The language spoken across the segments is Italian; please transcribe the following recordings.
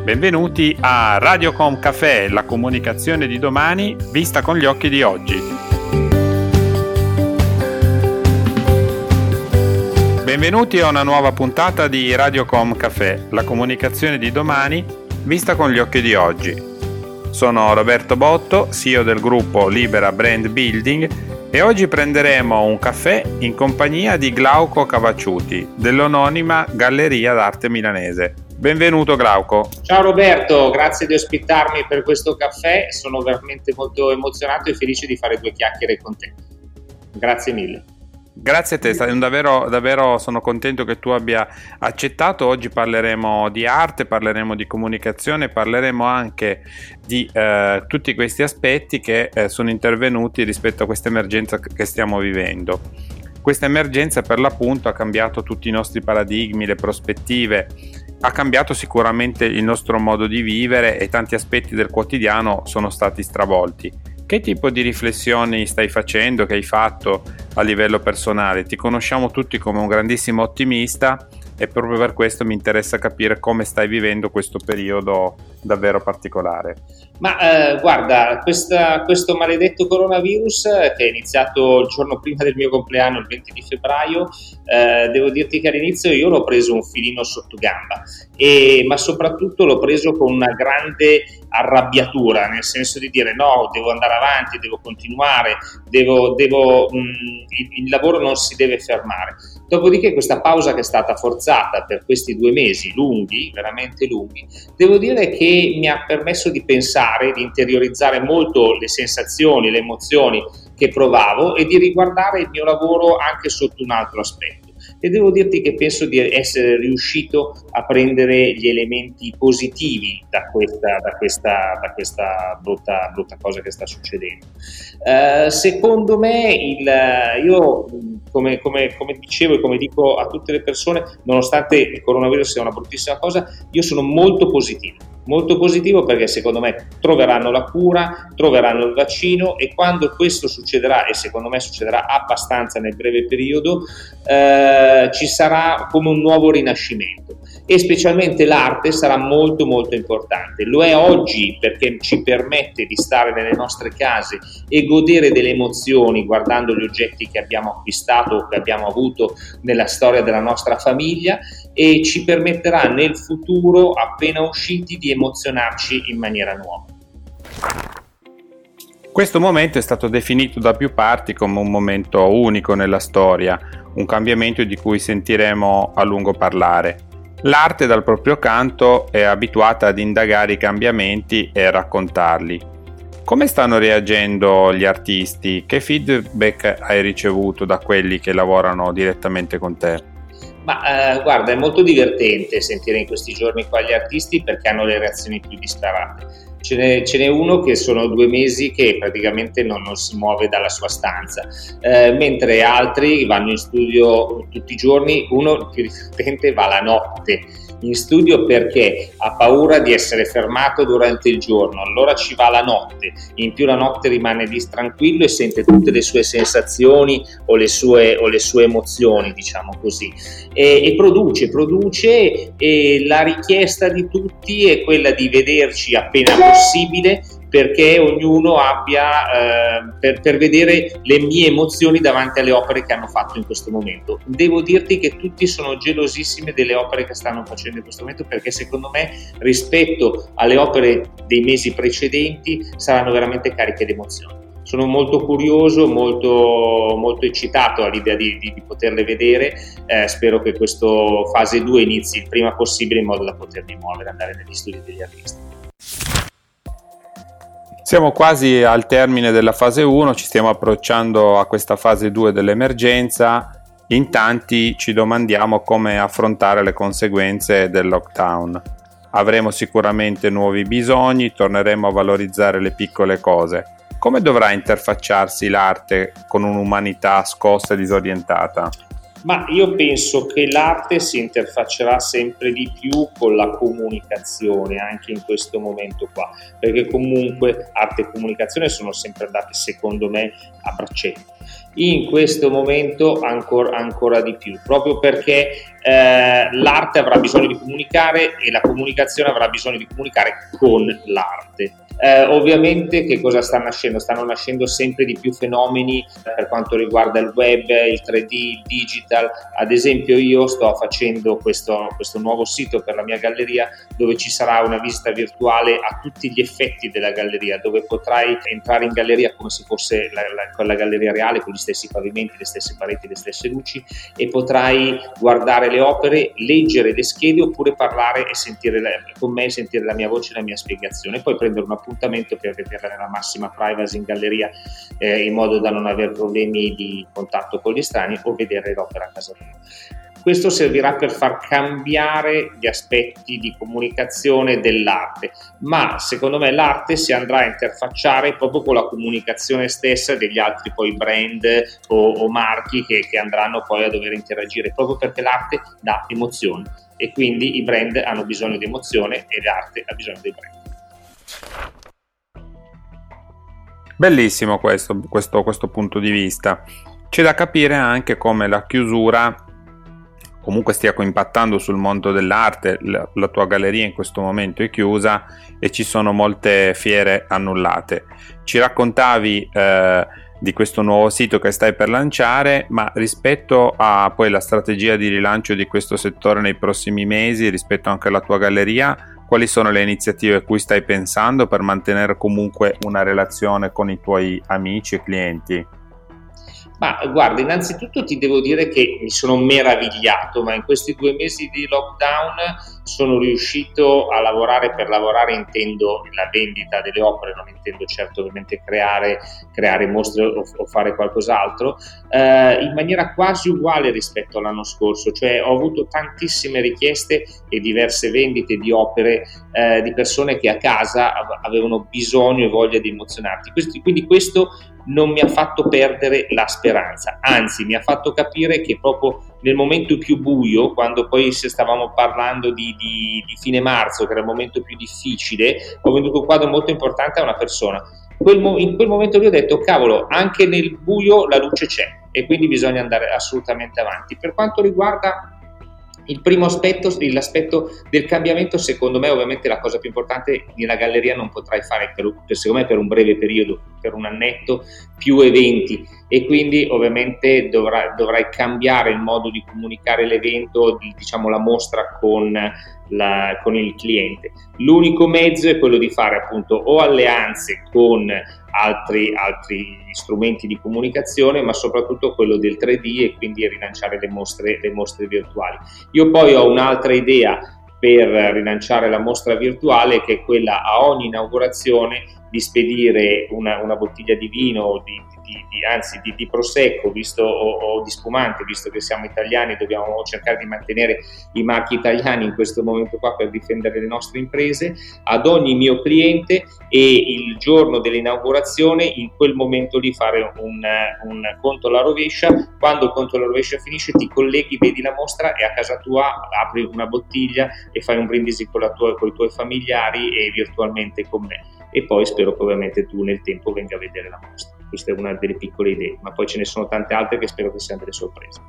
Benvenuti a Radiocom Café, la comunicazione di domani vista con gli occhi di oggi. Benvenuti a una nuova puntata di Radiocom Café, la comunicazione di domani vista con gli occhi di oggi. Sono Roberto Botto, CEO del gruppo Libera Brand Building, e oggi prenderemo un caffè in compagnia di Glauco Cavacciuti dell'anonima Galleria d'Arte Milanese. Benvenuto Glauco. Ciao Roberto, grazie di ospitarmi per questo caffè, sono veramente molto emozionato e felice di fare due chiacchiere con te. Grazie mille. Grazie a te, davvero sono contento che tu abbia accettato. Oggi parleremo di arte, parleremo di comunicazione, parleremo anche di tutti questi aspetti che sono intervenuti rispetto a questa emergenza che stiamo vivendo. Questa emergenza per l'appunto ha cambiato tutti i nostri paradigmi, le prospettive, ha cambiato sicuramente il nostro modo di vivere e tanti aspetti del quotidiano sono stati stravolti. Che tipo di riflessioni stai facendo, che hai fatto a livello personale? Ti conosciamo tutti come un grandissimo ottimista e proprio per questo mi interessa capire come stai vivendo questo periodo davvero particolare. Ma guarda, questo maledetto coronavirus che è iniziato il giorno prima del mio compleanno, il 20 di febbraio, devo dirti che all'inizio io l'ho preso un filino sotto gamba, ma soprattutto l'ho preso con una grande arrabbiatura, nel senso di dire no, devo andare avanti, devo continuare, il lavoro non si deve fermare. Dopodiché questa pausa che è stata forzata per questi 2 mesi lunghi, veramente lunghi, devo dire che mi ha permesso di pensare, di interiorizzare molto le sensazioni, le emozioni che provavo e di riguardare il mio lavoro anche sotto un altro aspetto. E devo dirti che penso di essere riuscito a prendere gli elementi positivi da questa brutta cosa che sta succedendo. Secondo me io come dicevo e come dico a tutte le persone, nonostante il coronavirus sia una bruttissima cosa, io sono molto positivo perché secondo me troveranno la cura, troveranno il vaccino e quando questo succederà, e secondo me succederà abbastanza nel breve periodo, ci sarà come un nuovo rinascimento e specialmente l'arte sarà molto molto importante. Lo è oggi perché ci permette di stare nelle nostre case e godere delle emozioni guardando gli oggetti che abbiamo acquistato, che abbiamo avuto nella storia della nostra famiglia, e ci permetterà nel futuro, appena usciti, di emozionarci in maniera nuova. Questo momento è stato definito da più parti come un momento unico nella storia, un cambiamento di cui sentiremo a lungo parlare. L'arte, dal proprio canto, è abituata ad indagare i cambiamenti e a raccontarli. Come stanno reagendo gli artisti? Che feedback hai ricevuto da quelli che lavorano direttamente con te? Ma guarda, è molto divertente sentire in questi giorni qua gli artisti perché hanno le reazioni più disparate. Ce n'è uno che sono 2 mesi che praticamente non si muove dalla sua stanza, mentre altri vanno in studio tutti i giorni. Uno più divertente va la notte in studio perché ha paura di essere fermato durante il giorno, allora ci va la notte, in più la notte rimane tranquillo e sente tutte le sue sensazioni o le sue emozioni, diciamo così, e produce, e la richiesta di tutti è quella di vederci appena possibile perché ognuno abbia per vedere le mie emozioni davanti alle opere che hanno fatto in questo momento. Devo dirti che tutti sono gelosissimi delle opere che stanno facendo in questo momento perché secondo me rispetto alle opere dei mesi precedenti saranno veramente cariche di emozioni. Sono molto curioso, molto, molto eccitato all'idea di poterle vedere, spero che questo fase 2 inizi il prima possibile in modo da potermi muovere, andare negli studi degli artisti. Siamo quasi al termine della fase 1, ci stiamo approcciando a questa fase 2 dell'emergenza. In tanti ci domandiamo come affrontare le conseguenze del lockdown. Avremo sicuramente nuovi bisogni, torneremo a valorizzare le piccole cose. Come dovrà interfacciarsi l'arte con un'umanità scossa e disorientata? Ma io penso che l'arte si interfaccerà sempre di più con la comunicazione anche in questo momento qua, perché comunque arte e comunicazione sono sempre andate secondo me a braccetto. In questo momento ancora di più, proprio perché l'arte avrà bisogno di comunicare e la comunicazione avrà bisogno di comunicare con l'arte. Ovviamente che cosa sta nascendo? Stanno nascendo sempre di più fenomeni per quanto riguarda il web, il 3D, il digital. Ad esempio io sto facendo questo nuovo sito per la mia galleria, dove ci sarà una visita virtuale a tutti gli effetti della galleria, dove potrai entrare in galleria come se fosse la galleria reale, con gli stessi pavimenti, le stesse pareti, le stesse luci, e potrai guardare le opere, leggere le schede oppure parlare e sentire con me, sentire la mia voce e la mia spiegazione, poi prendere un appuntamento per vederla nella massima privacy in galleria, in modo da non avere problemi di contatto con gli estranei, o vedere l'opera a casa tua. Questo servirà per far cambiare gli aspetti di comunicazione dell'arte, ma secondo me l'arte si andrà a interfacciare proprio con la comunicazione stessa degli altri poi brand o marchi che andranno poi a dover interagire, proprio perché l'arte dà emozione e quindi i brand hanno bisogno di emozione e l'arte ha bisogno dei brand. Bellissimo questo punto di vista. C'è da capire anche come la chiusura comunque stia impattando sul mondo dell'arte. La tua galleria in questo momento è chiusa e ci sono molte fiere annullate. Ci raccontavi di questo nuovo sito che stai per lanciare, ma rispetto a poi la strategia di rilancio di questo settore nei prossimi mesi, rispetto anche alla tua galleria, quali sono le iniziative a cui stai pensando per mantenere comunque una relazione con i tuoi amici e clienti? Ma guarda, innanzitutto ti devo dire che mi sono meravigliato, ma in questi 2 mesi di lockdown sono riuscito a lavorare. Per lavorare intendo la vendita delle opere, non intendo certo ovviamente creare mostre o fare qualcos'altro, in maniera quasi uguale rispetto all'anno scorso. Cioè ho avuto tantissime richieste e diverse vendite di opere di persone che a casa avevano bisogno e voglia di emozionarti. Quindi questo non mi ha fatto perdere la speranza, anzi mi ha fatto capire che proprio nel momento più buio, quando poi stavamo parlando di fine marzo, che era il momento più difficile, ho venduto un quadro molto importante a una persona. In quel momento lì ho detto: cavolo, anche nel buio la luce c'è, e quindi bisogna andare assolutamente avanti. Per quanto riguarda il primo aspetto, l'aspetto del cambiamento, secondo me ovviamente la cosa più importante nella galleria non potrai fare secondo me per un breve periodo, per un annetto, più eventi, e quindi ovviamente dovrai cambiare il modo di comunicare l'evento, diciamo la mostra con il cliente. L'unico mezzo è quello di fare appunto o alleanze con altri strumenti di comunicazione, ma soprattutto quello del 3D, e quindi rilanciare le mostre virtuali. Io poi ho un'altra idea per rilanciare la mostra virtuale, che è quella a ogni inaugurazione di spedire una bottiglia di vino o di prosecco, o di spumante, visto che siamo italiani dobbiamo cercare di mantenere i marchi italiani in questo momento qua per difendere le nostre imprese, ad ogni mio cliente, e il giorno dell'inaugurazione in quel momento lì fare un conto alla rovescia. Quando il conto alla rovescia finisce ti colleghi, vedi la mostra e a casa tua apri una bottiglia e fai un brindisi con i tuoi familiari e virtualmente con me, e poi spero che ovviamente tu nel tempo venga a vedere la mostra. Questa è una delle piccole idee, ma poi ce ne sono tante altre che spero che siano delle sorprese.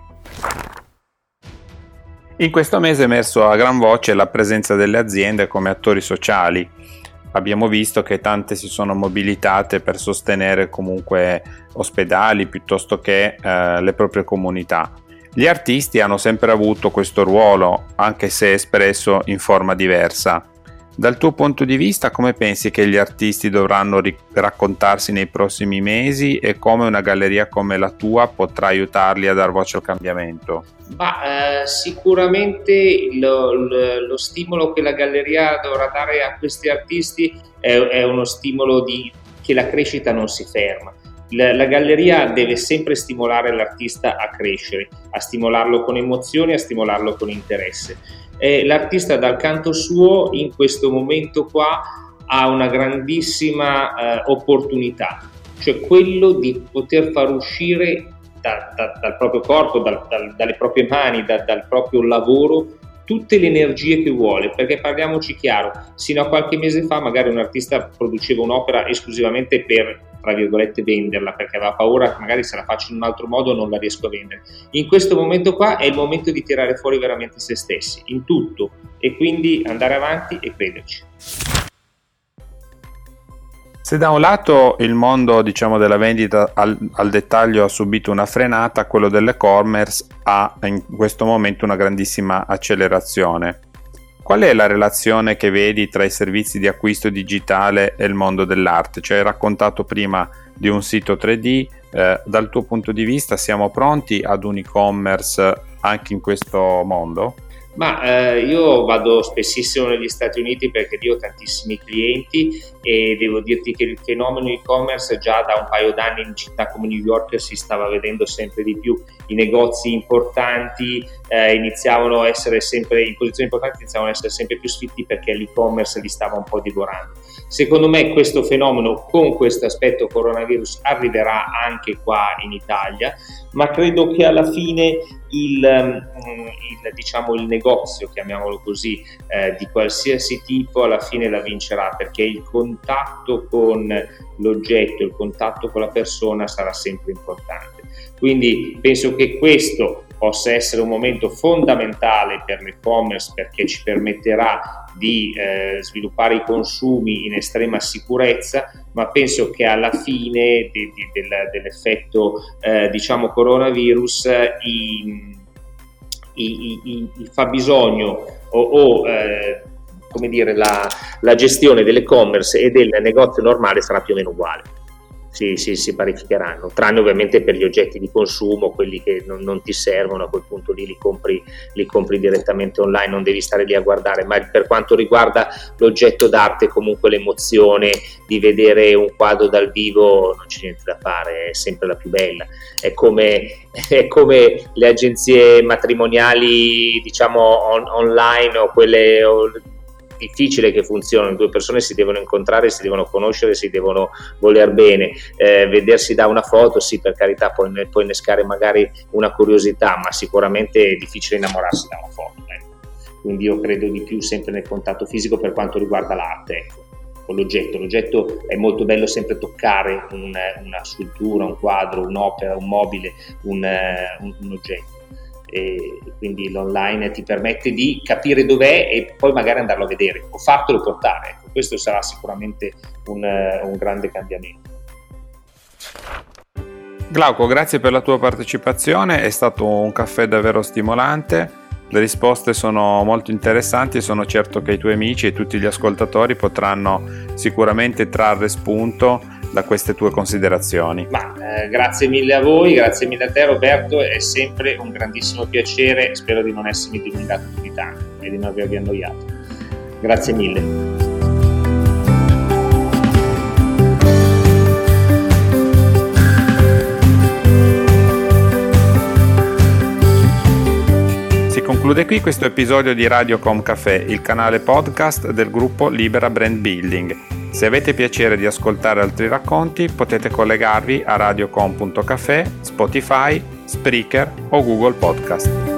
In questo mese è emerso a gran voce la presenza delle aziende come attori sociali. Abbiamo visto che tante si sono mobilitate per sostenere comunque ospedali piuttosto che le proprie comunità. Gli artisti hanno sempre avuto questo ruolo, anche se espresso in forma diversa. Dal tuo punto di vista, come pensi che gli artisti dovranno raccontarsi nei prossimi mesi, e come una galleria come la tua potrà aiutarli a dar voce al cambiamento? Sicuramente lo stimolo che la galleria dovrà dare a questi artisti è uno stimolo che la crescita non si ferma. La galleria deve sempre stimolare l'artista a crescere, a stimolarlo con emozioni, a stimolarlo con interesse. L'artista dal canto suo in questo momento qua ha una grandissima opportunità, cioè quello di poter far uscire dal proprio corpo, dalle proprie mani, dal proprio lavoro, tutte le energie che vuole, perché parliamoci chiaro, sino a qualche mese fa magari un artista produceva un'opera esclusivamente per tra virgolette, venderla, perché aveva paura che magari se la faccio in un altro modo non la riesco a vendere. In questo momento qua è il momento di tirare fuori veramente se stessi, in tutto, e quindi andare avanti e crederci. Se da un lato il mondo, diciamo, della vendita al dettaglio ha subito una frenata, quello dell'e-commerce ha in questo momento una grandissima accelerazione. Qual è la relazione che vedi tra i servizi di acquisto digitale e il mondo dell'arte? Cioè, hai raccontato prima di un sito 3D, dal tuo punto di vista siamo pronti ad un e-commerce anche in questo mondo? Ma io vado spessissimo negli Stati Uniti perché io ho tantissimi clienti e devo dirti che il fenomeno e-commerce già da un paio d'anni in città come New York si stava vedendo sempre di più. I negozi importanti iniziavano a essere sempre in posizioni importanti, iniziavano a essere sempre più sfitti perché l'e-commerce li stava un po' divorando. Secondo me questo fenomeno con questo aspetto coronavirus arriverà anche qua in Italia, ma credo che alla fine il negozio, chiamiamolo così, di qualsiasi tipo alla fine la vincerà, perché il contatto con l'oggetto, il contatto con la persona sarà sempre importante. Quindi penso che questo possa essere un momento fondamentale per l'e-commerce, perché ci permetterà di sviluppare i consumi in estrema sicurezza, ma penso che alla fine dell'effetto coronavirus il fabbisogno come dire, la gestione dell'e-commerce e del negozio normale sarà più o meno uguale. Si parificheranno, tranne ovviamente per gli oggetti di consumo, quelli che non ti servono, a quel punto lì li compri direttamente online, non devi stare lì a guardare. Ma per quanto riguarda l'oggetto d'arte, comunque l'emozione di vedere un quadro dal vivo non c'è niente da fare, è sempre la più bella. È come le agenzie matrimoniali, diciamo, online, o quelle difficile che funzionano. Due persone si devono incontrare, si devono conoscere, si devono voler bene, vedersi da una foto, sì, per carità, può innescare magari una curiosità, ma sicuramente è difficile innamorarsi da una foto, quindi io credo di più sempre nel contatto fisico per quanto riguarda l'arte, ecco, con l'oggetto è molto bello sempre toccare una scultura, un quadro, un'opera, un mobile, un oggetto. E quindi l'online ti permette di capire dov'è e poi magari andarlo a vedere o fartelo portare. Ecco, questo sarà sicuramente un grande cambiamento. Glauco, grazie per la tua partecipazione, è stato un caffè davvero stimolante, le risposte sono molto interessanti e sono certo che i tuoi amici e tutti gli ascoltatori potranno sicuramente trarre spunto da queste tue considerazioni. Grazie mille a voi, grazie mille a te Roberto, è sempre un grandissimo piacere, spero di non essermi dilungato più di tanto e di non avervi annoiato. Grazie mille. Si conclude qui questo episodio di Radiocom Café, il canale podcast del gruppo Libera Brand Building. Se avete piacere di ascoltare altri racconti, potete collegarvi a radiocom.café, Spotify, Spreaker o Google Podcast.